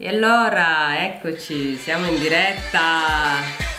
E allora, eccoci, siamo in diretta.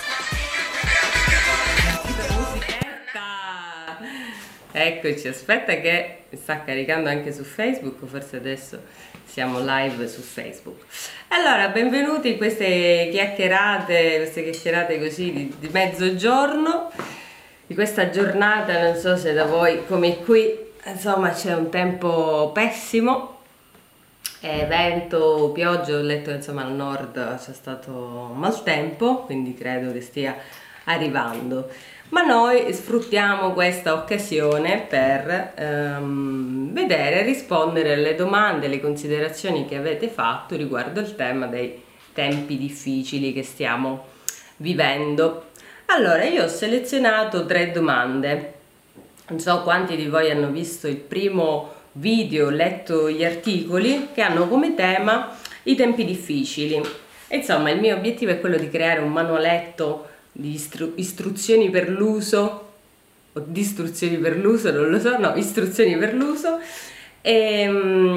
Musichetta. Eccoci, aspetta che mi sta caricando anche su Facebook, forse adesso siamo live su Facebook. Allora, benvenuti in queste chiacchierate così di mezzogiorno, di questa giornata. Non so se da voi come qui, insomma, c'è un tempo pessimo. Vento, pioggia, ho letto insomma al nord c'è stato maltempo, quindi credo che stia arrivando. Ma noi sfruttiamo questa occasione per vedere e rispondere alle domande, alle considerazioni che avete fatto riguardo il tema dei tempi difficili che stiamo vivendo. Allora, io ho selezionato 3 domande. Non so quanti di voi hanno visto il primo video, letto gli articoli che hanno come tema i tempi difficili. E insomma, il mio obiettivo è quello di creare un manualetto di istruzioni per l'uso, o distruzioni per l'uso, non lo so, no, istruzioni per l'uso, che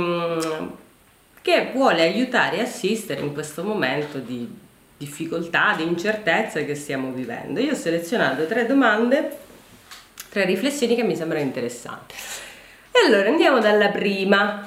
vuole aiutare e assistere in questo momento di difficoltà, di incertezza che stiamo vivendo. Io ho selezionato 3 domande, 3 riflessioni che mi sembrano interessanti. E allora andiamo dalla prima.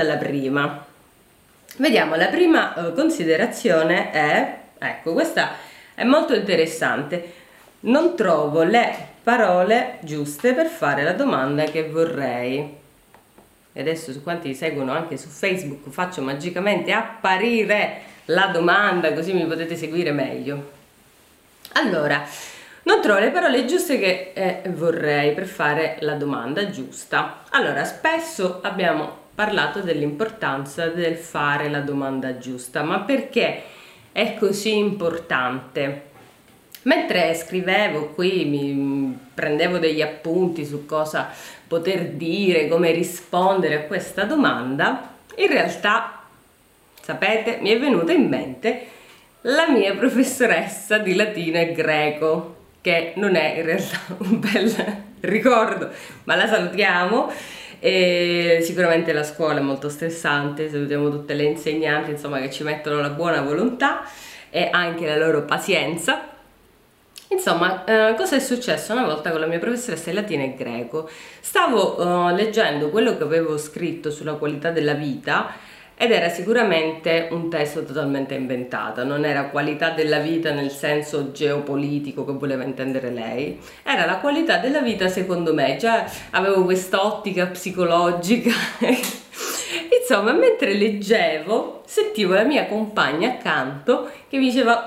Vediamo, la prima considerazione è, ecco, questa è molto interessante. Non trovo le parole giuste per fare la domanda che vorrei. E adesso, su quanti seguono anche su Facebook, faccio magicamente apparire la domanda, così mi potete seguire meglio. Allora, non trovo le parole giuste che vorrei per fare la domanda giusta. Allora, spesso abbiamo parlato dell'importanza del fare la domanda giusta, ma perché è così importante? Mentre scrivevo qui, mi prendevo degli appunti su cosa poter dire, come rispondere a questa domanda, in realtà, sapete, mi è venuta in mente la mia professoressa di latino e greco, che non è in realtà un bel ricordo, ma la salutiamo. E sicuramente la scuola è molto stressante, salutiamo tutte le insegnanti, insomma, che ci mettono la buona volontà e anche la loro pazienza. Insomma, cosa è successo una volta con la mia professoressa di latino e greco? Stavo leggendo quello che avevo scritto sulla qualità della vita, ed era sicuramente un testo totalmente inventato, non era qualità della vita nel senso geopolitico che voleva intendere lei, era la qualità della vita secondo me, già avevo quest'ottica psicologica. Insomma, mentre leggevo, sentivo la mia compagna accanto che mi diceva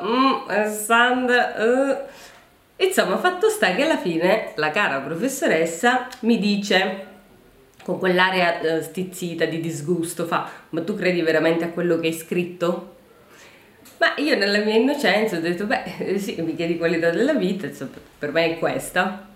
Sandra, Insomma, fatto sta che alla fine la cara professoressa mi dice, con quell'area stizzita di disgusto, fa: ma tu credi veramente a quello che hai scritto? Ma io nella mia innocenza ho detto, beh sì, mi chiedi qualità della vita, insomma, per me è questa.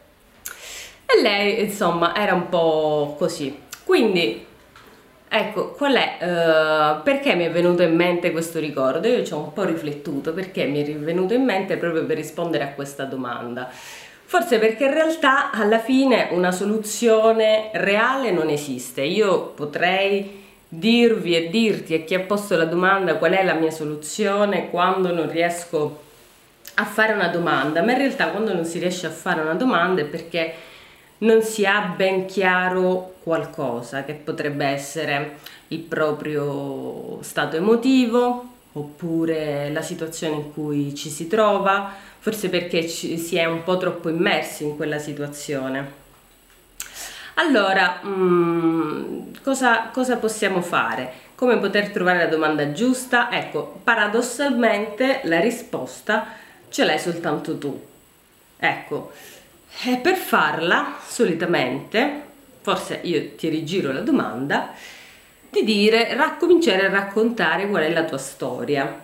E lei insomma era un po' così. Quindi ecco, qual è, perché mi è venuto in mente questo ricordo? Io ci ho un po' riflettuto perché mi è venuto in mente proprio per rispondere a questa domanda. Forse perché in realtà alla fine una soluzione reale non esiste. Io potrei dirvi e dirti a chi ha posto la domanda qual è la mia soluzione quando non riesco a fare una domanda, ma in realtà quando non si riesce a fare una domanda è perché non si ha ben chiaro qualcosa, che potrebbe essere il proprio stato emotivo, oppure la situazione in cui ci si trova, forse perché si è un po' troppo immersi in quella situazione. Allora, cosa possiamo fare? Come poter trovare la domanda giusta? Ecco, paradossalmente la risposta ce l'hai soltanto tu. Ecco, e per farla, solitamente, forse io ti rigiro la domanda, di dire, cominciare a raccontare qual è la tua storia.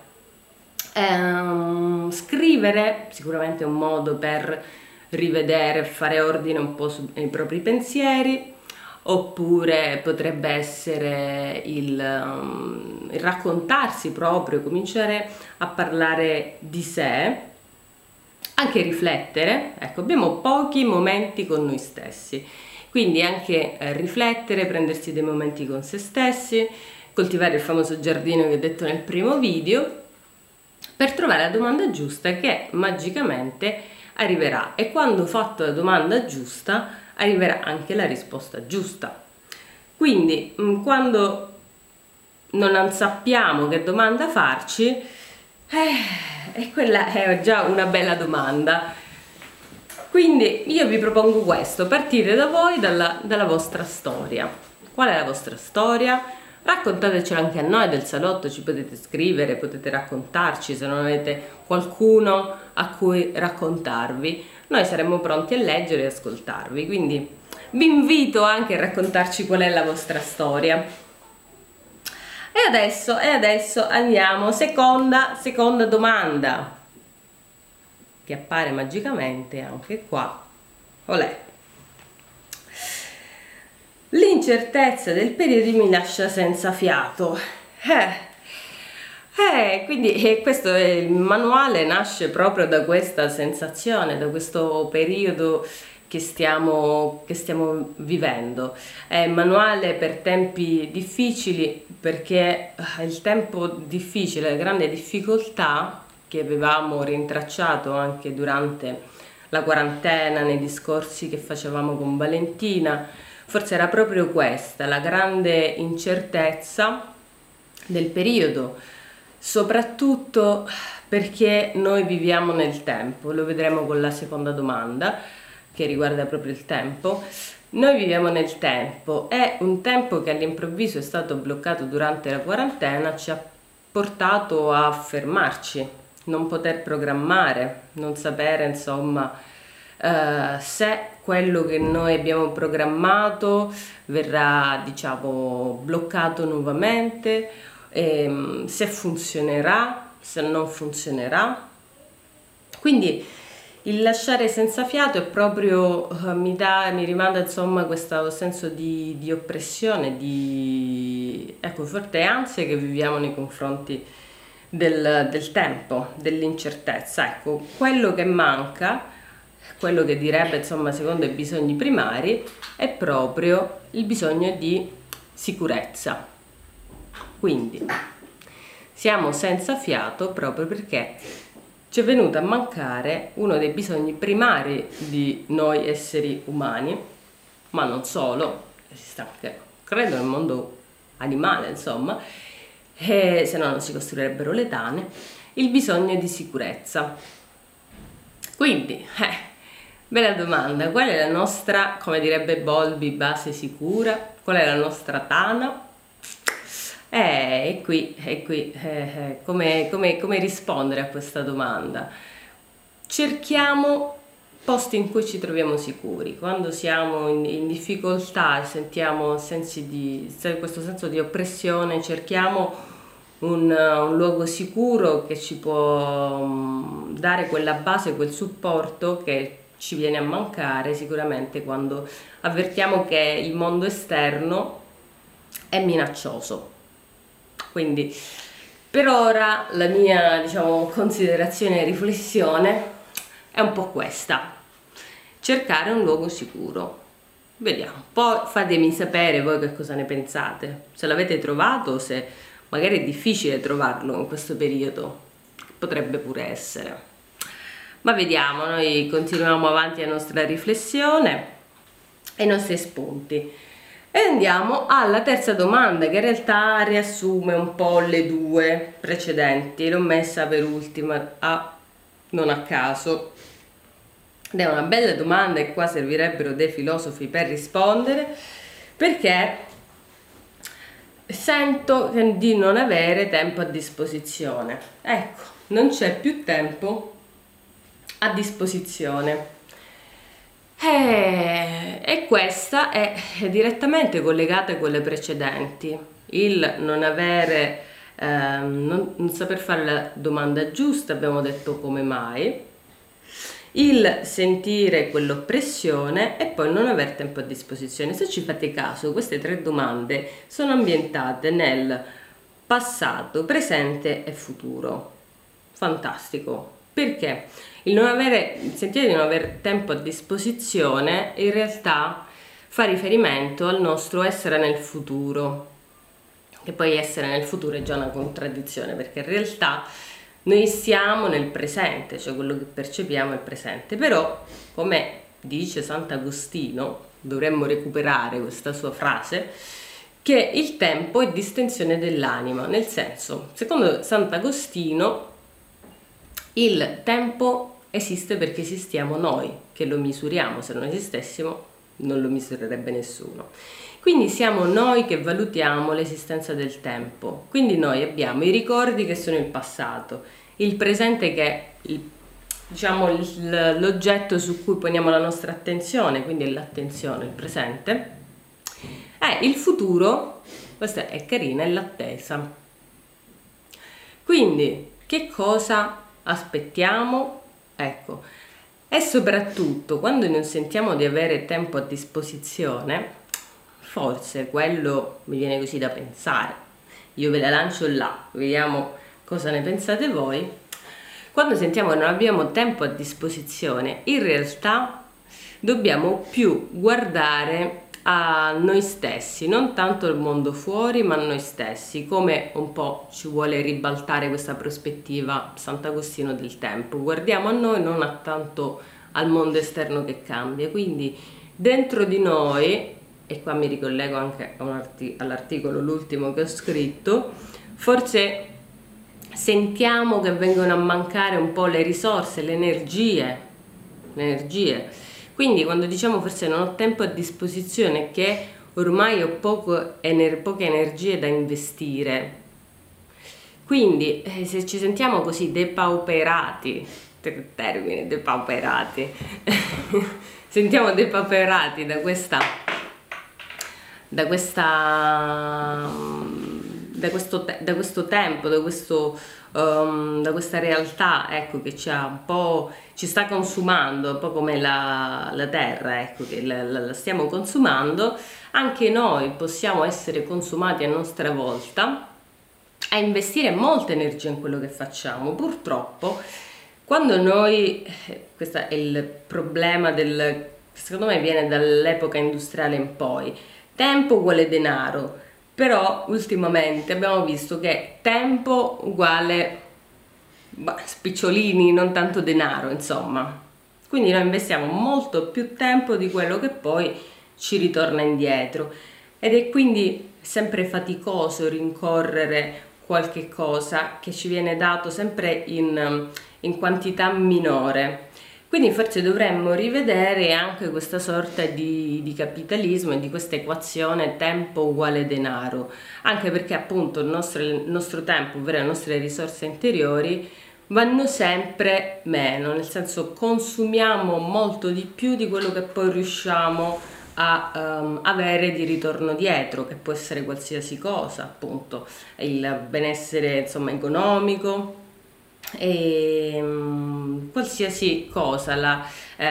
Scrivere sicuramente è un modo per rivedere, fare ordine un po' nei propri pensieri, oppure potrebbe essere il raccontarsi proprio, cominciare a parlare di sé, anche riflettere. Ecco, abbiamo pochi momenti con noi stessi, quindi anche riflettere, prendersi dei momenti con se stessi, coltivare il famoso giardino che ho detto nel primo video, per trovare la domanda giusta che magicamente arriverà, e quando ho fatto la domanda giusta arriverà anche la risposta giusta. Quindi quando non sappiamo che domanda farci, e quella è già una bella domanda. Quindi io vi propongo questo: partire da voi, dalla vostra storia. Qual è la vostra storia? Raccontatecela anche a noi del salotto, ci potete scrivere, potete raccontarci, se non avete qualcuno a cui raccontarvi, noi saremmo pronti a leggere e ascoltarvi, quindi vi invito anche a raccontarci qual è la vostra storia. E adesso andiamo, seconda domanda, che appare magicamente anche qua. Olè. L'incertezza del periodo mi lascia senza fiato. Quindi questo il manuale nasce proprio da questa sensazione, da questo periodo che stiamo vivendo. È un manuale per tempi difficili, perché il tempo difficile, la grande difficoltà che avevamo rintracciato anche durante la quarantena, nei discorsi che facevamo con Valentina, forse era proprio questa, la grande incertezza del periodo, soprattutto perché noi viviamo nel tempo. Lo vedremo con la seconda domanda, che riguarda proprio il tempo. Noi viviamo nel tempo, è un tempo che all'improvviso è stato bloccato durante la quarantena, ci ha portato a fermarci, non poter programmare, non sapere insomma se quello che noi abbiamo programmato verrà, diciamo, bloccato nuovamente, se funzionerà, se non funzionerà. Quindi il lasciare senza fiato è proprio, mi rimanda insomma questo senso di oppressione, di forte ansia che viviamo nei confronti del tempo, dell'incertezza. Ecco, quello che manca, quello che direbbe insomma secondo i bisogni primari, è proprio il bisogno di sicurezza. Quindi siamo senza fiato proprio perché ci è venuto a mancare uno dei bisogni primari di noi esseri umani, ma non solo, esiste anche, credo, nel mondo animale, insomma, se no non si costruirebbero le tane, il bisogno di sicurezza. Quindi, bella domanda, qual è la nostra, come direbbe Bowlby, base sicura? Qual è la nostra tana? Come rispondere a questa domanda? Cerchiamo posti in cui ci troviamo sicuri. Quando siamo in difficoltà, sentiamo questo senso di oppressione, cerchiamo un luogo sicuro che ci può dare quella base, quel supporto che ci viene a mancare sicuramente quando avvertiamo che il mondo esterno è minaccioso. Quindi per ora la mia, diciamo, considerazione e riflessione è un po' questa: cercare un luogo sicuro. Vediamo, poi fatemi sapere voi che cosa ne pensate, se l'avete trovato, se magari è difficile trovarlo in questo periodo, potrebbe pure essere. Ma vediamo, noi continuiamo avanti la nostra riflessione e i nostri spunti. E andiamo alla terza domanda, che in realtà riassume un po' le due precedenti. L'ho messa per ultima, non a caso. Ed è una bella domanda e qua servirebbero dei filosofi per rispondere, perché sento di non avere tempo a disposizione. Ecco, non c'è più tempo a disposizione. E questa è direttamente collegata a quelle precedenti: il non avere, non saper fare la domanda giusta, abbiamo detto come mai, il sentire quell'oppressione e poi non aver tempo a disposizione. Se ci fate caso, queste tre domande sono ambientate nel passato, presente e futuro. Fantastico, perché il sentire di non avere tempo a disposizione in realtà fa riferimento al nostro essere nel futuro. che poi essere nel futuro è già una contraddizione, perché in realtà noi siamo nel presente, cioè quello che percepiamo è il presente, però come dice Sant'Agostino, dovremmo recuperare questa sua frase, che il tempo è distensione dell'anima, nel senso, secondo Sant'Agostino, il tempo esiste perché esistiamo noi, che lo misuriamo. Se non esistessimo non lo misurerebbe nessuno. Quindi siamo noi che valutiamo l'esistenza del tempo. Quindi noi abbiamo i ricordi che sono il passato, il presente che è diciamo l'oggetto su cui poniamo la nostra attenzione, quindi è l'attenzione, il presente, e il futuro, questa è carina, è l'attesa. Quindi che cosa aspettiamo? Ecco, e soprattutto quando non sentiamo di avere tempo a disposizione, forse quello mi viene così da pensare, io ve la lancio là, vediamo cosa ne pensate voi. Quando sentiamo che non abbiamo tempo a disposizione, in realtà dobbiamo più guardare a noi stessi, non tanto il mondo fuori, ma a noi stessi, come un po' ci vuole ribaltare questa prospettiva Sant'Agostino del tempo. Guardiamo a noi, non a tanto al mondo esterno che cambia. Quindi dentro di noi, e qua mi ricollego anche all'articolo l'ultimo che ho scritto, forse sentiamo che vengono a mancare un po' le risorse, le energie. Quindi quando diciamo forse non ho tempo a disposizione, che ormai ho poche energie da investire, quindi se ci sentiamo così depauperati, termine depauperati, sentiamo depauperati da questo tempo, da questa realtà, ecco, che ci sta consumando, un po' come la terra, ecco, che la stiamo consumando. Anche noi possiamo essere consumati a nostra volta, a investire molta energia in quello che facciamo. Purtroppo quando noi, questo è il problema secondo me viene dall'epoca industriale in poi, tempo uguale denaro. Però ultimamente abbiamo visto che tempo uguale spicciolini, non tanto denaro, insomma. Quindi noi investiamo molto più tempo di quello che poi ci ritorna indietro, ed è quindi sempre faticoso rincorrere qualche cosa che ci viene dato sempre in quantità minore. Quindi forse dovremmo rivedere anche questa sorta di capitalismo e di questa equazione tempo uguale denaro, anche perché appunto il nostro tempo, ovvero le nostre risorse interiori, vanno sempre meno, nel senso consumiamo molto di più di quello che poi riusciamo a avere di ritorno dietro, che può essere qualsiasi cosa, appunto il benessere, insomma, economico, e qualsiasi cosa, la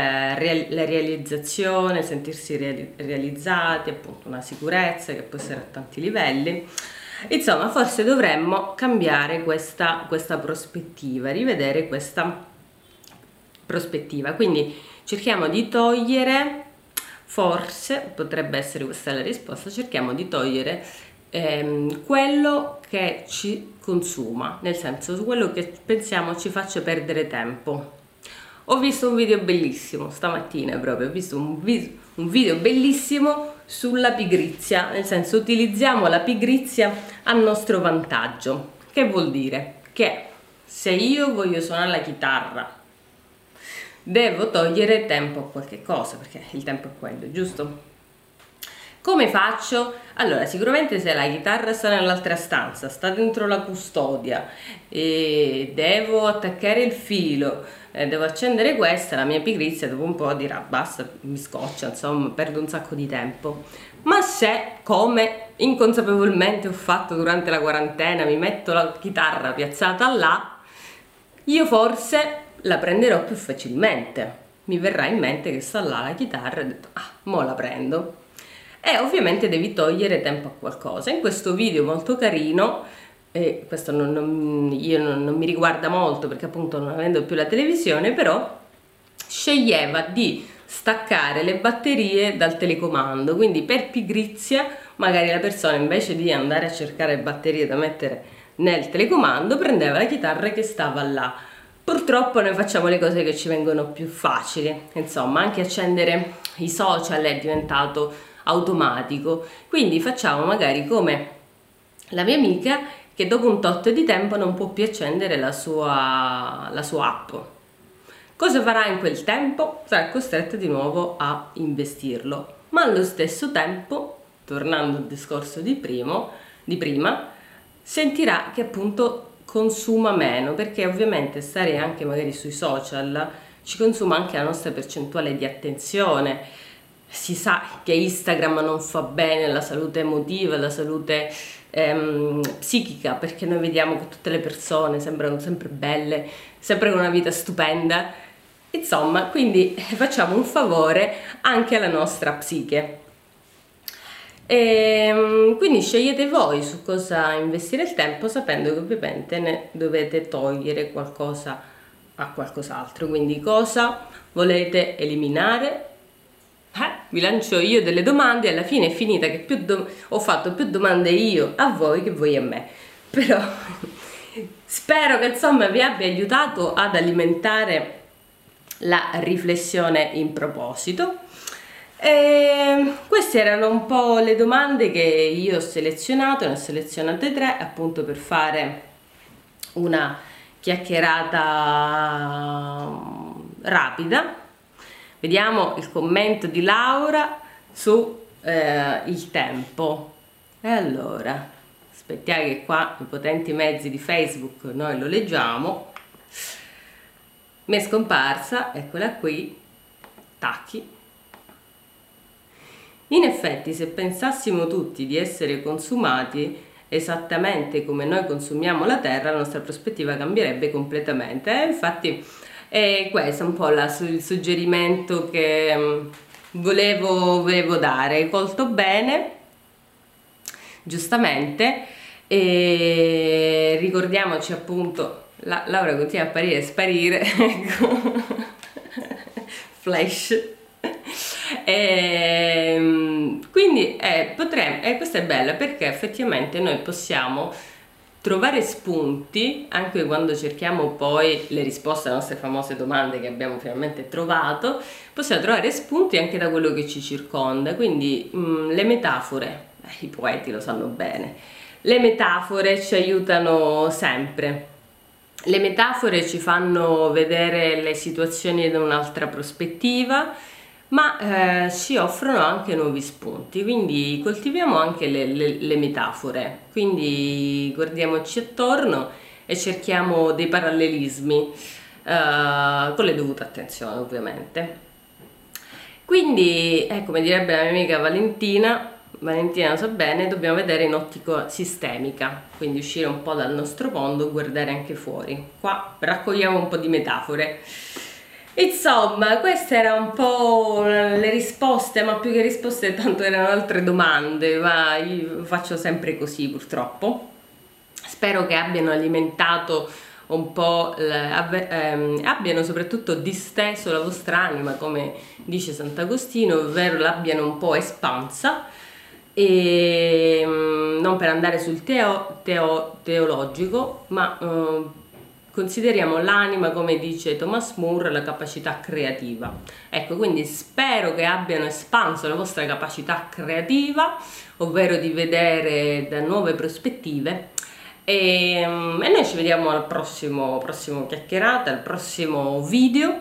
realizzazione, sentirsi realizzati, appunto una sicurezza che può essere a tanti livelli. Insomma, forse dovremmo cambiare questa prospettiva, rivedere questa prospettiva. Quindi cerchiamo di togliere, forse potrebbe essere questa la risposta, cerchiamo di togliere quello che ci consuma, nel senso quello che pensiamo ci faccia perdere tempo. Ho visto un video bellissimo stamattina, proprio ho visto un video bellissimo sulla pigrizia, nel senso utilizziamo la pigrizia a nostro vantaggio. Che vuol dire? Che se io voglio suonare la chitarra devo togliere tempo a qualche cosa, perché il tempo è quello, giusto? Come faccio? Allora, sicuramente se la chitarra sta nell'altra stanza, sta dentro la custodia e devo attaccare il filo, devo accendere questa, la mia pigrizia dopo un po' dirà basta, mi scoccia, insomma, perdo un sacco di tempo. Ma se, come inconsapevolmente ho fatto durante la quarantena, mi metto la chitarra piazzata là, io forse la prenderò più facilmente. Mi verrà in mente che sta là la chitarra e ho detto, mo la prendo. E ovviamente devi togliere tempo a qualcosa. In questo video molto carino, questo non mi riguarda molto perché appunto non avendo più la televisione, però sceglieva di staccare le batterie dal telecomando, quindi per pigrizia magari la persona invece di andare a cercare batterie da mettere nel telecomando prendeva la chitarra che stava là. Purtroppo noi facciamo le cose che ci vengono più facili, insomma anche accendere i social è diventato automatico, quindi facciamo magari come la mia amica che dopo un tot di tempo non può più accendere la sua app. Cosa farà in quel tempo? Sarà costretta di nuovo a investirlo, ma allo stesso tempo, tornando al discorso di prima, sentirà che appunto consuma meno, perché ovviamente stare anche magari sui social ci consuma anche la nostra percentuale di attenzione. Si sa che Instagram non fa bene alla salute emotiva, alla salute psichica, perché noi vediamo che tutte le persone sembrano sempre belle, sempre con una vita stupenda, insomma, quindi facciamo un favore anche alla nostra psiche. Quindi scegliete voi su cosa investire il tempo, sapendo che ovviamente ne dovete togliere qualcosa a qualcos'altro. Quindi cosa volete eliminare? Vi lancio io delle domande e alla fine è finita che ho fatto più domande io a voi che voi a me, però spero che insomma vi abbia aiutato ad alimentare la riflessione in proposito. Queste erano un po' le domande che io ho selezionato, ne ho selezionate 3 appunto per fare una chiacchierata rapida. Vediamo il commento di Laura su il tempo. E allora, aspettiamo che qua i potenti mezzi di Facebook noi lo leggiamo. Mi è scomparsa, eccola qui, tacchi. In effetti, se pensassimo tutti di essere consumati esattamente come noi consumiamo la terra, la nostra prospettiva cambierebbe completamente. Infatti è questo un po' il suggerimento che volevo dare. Hai colto bene, giustamente, e ricordiamoci appunto, Laura continua a apparire e sparire, ecco, flash. Quindi questa è bella perché effettivamente noi possiamo trovare spunti anche quando cerchiamo poi le risposte alle nostre famose domande che abbiamo finalmente trovato. Possiamo trovare spunti anche da quello che ci circonda, quindi le metafore, i poeti lo sanno bene, le metafore ci aiutano sempre. Le metafore ci fanno vedere le situazioni da un'altra prospettiva, ma ci offrono anche nuovi spunti, quindi coltiviamo anche le metafore, quindi guardiamoci attorno e cerchiamo dei parallelismi con le dovute attenzioni ovviamente. Quindi, come direbbe la mia amica Valentina lo sa bene, dobbiamo vedere in ottica sistemica, quindi uscire un po' dal nostro mondo e guardare anche fuori. Qua raccogliamo un po' di metafore. Insomma, queste erano un po' le risposte, ma più che risposte tanto erano altre domande, ma io faccio sempre così purtroppo. Spero che abbiano alimentato un po', abbiano soprattutto disteso la vostra anima, come dice Sant'Agostino, ovvero l'abbiano un po' espansa, e non per andare sul teologico, ma consideriamo l'anima, come dice Thomas More, la capacità creativa. Ecco, quindi spero che abbiano espanso la vostra capacità creativa, ovvero di vedere da nuove prospettive. E noi ci vediamo al prossimo chiacchierata, al prossimo video,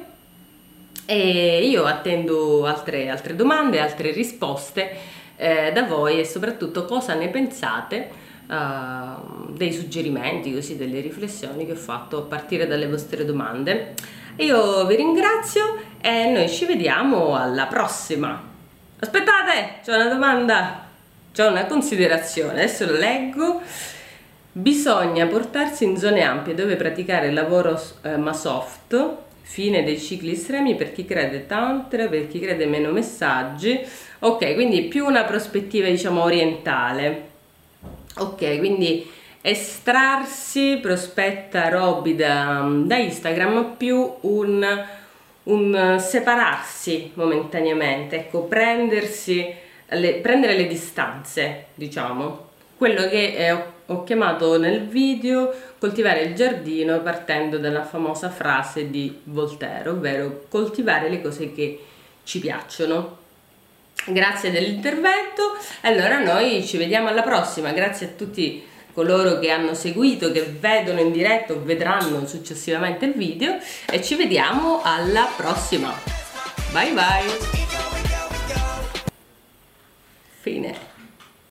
e io attendo altre domande, altre risposte da voi, e soprattutto cosa ne pensate, dei suggerimenti, così, delle riflessioni che ho fatto a partire dalle vostre domande. Io vi ringrazio e noi ci vediamo alla prossima. Aspettate, c'è una domanda, c'è una considerazione, adesso lo leggo. Bisogna portarsi in zone ampie dove praticare il lavoro ma soft, fine dei cicli estremi per chi crede tantra, per chi crede meno messaggi. Ok, quindi più una prospettiva, diciamo, orientale. Ok, quindi estrarsi prospetta Roby da Instagram, più un separarsi momentaneamente, ecco, prendersi prendere le distanze, diciamo. Quello che ho chiamato nel video coltivare il giardino partendo dalla famosa frase di Voltaire, ovvero coltivare le cose che ci piacciono. Grazie dell'intervento, allora noi ci vediamo alla prossima, grazie a tutti coloro che hanno seguito, che vedono in diretta o vedranno successivamente il video, e ci vediamo alla prossima. Bye bye. Fine.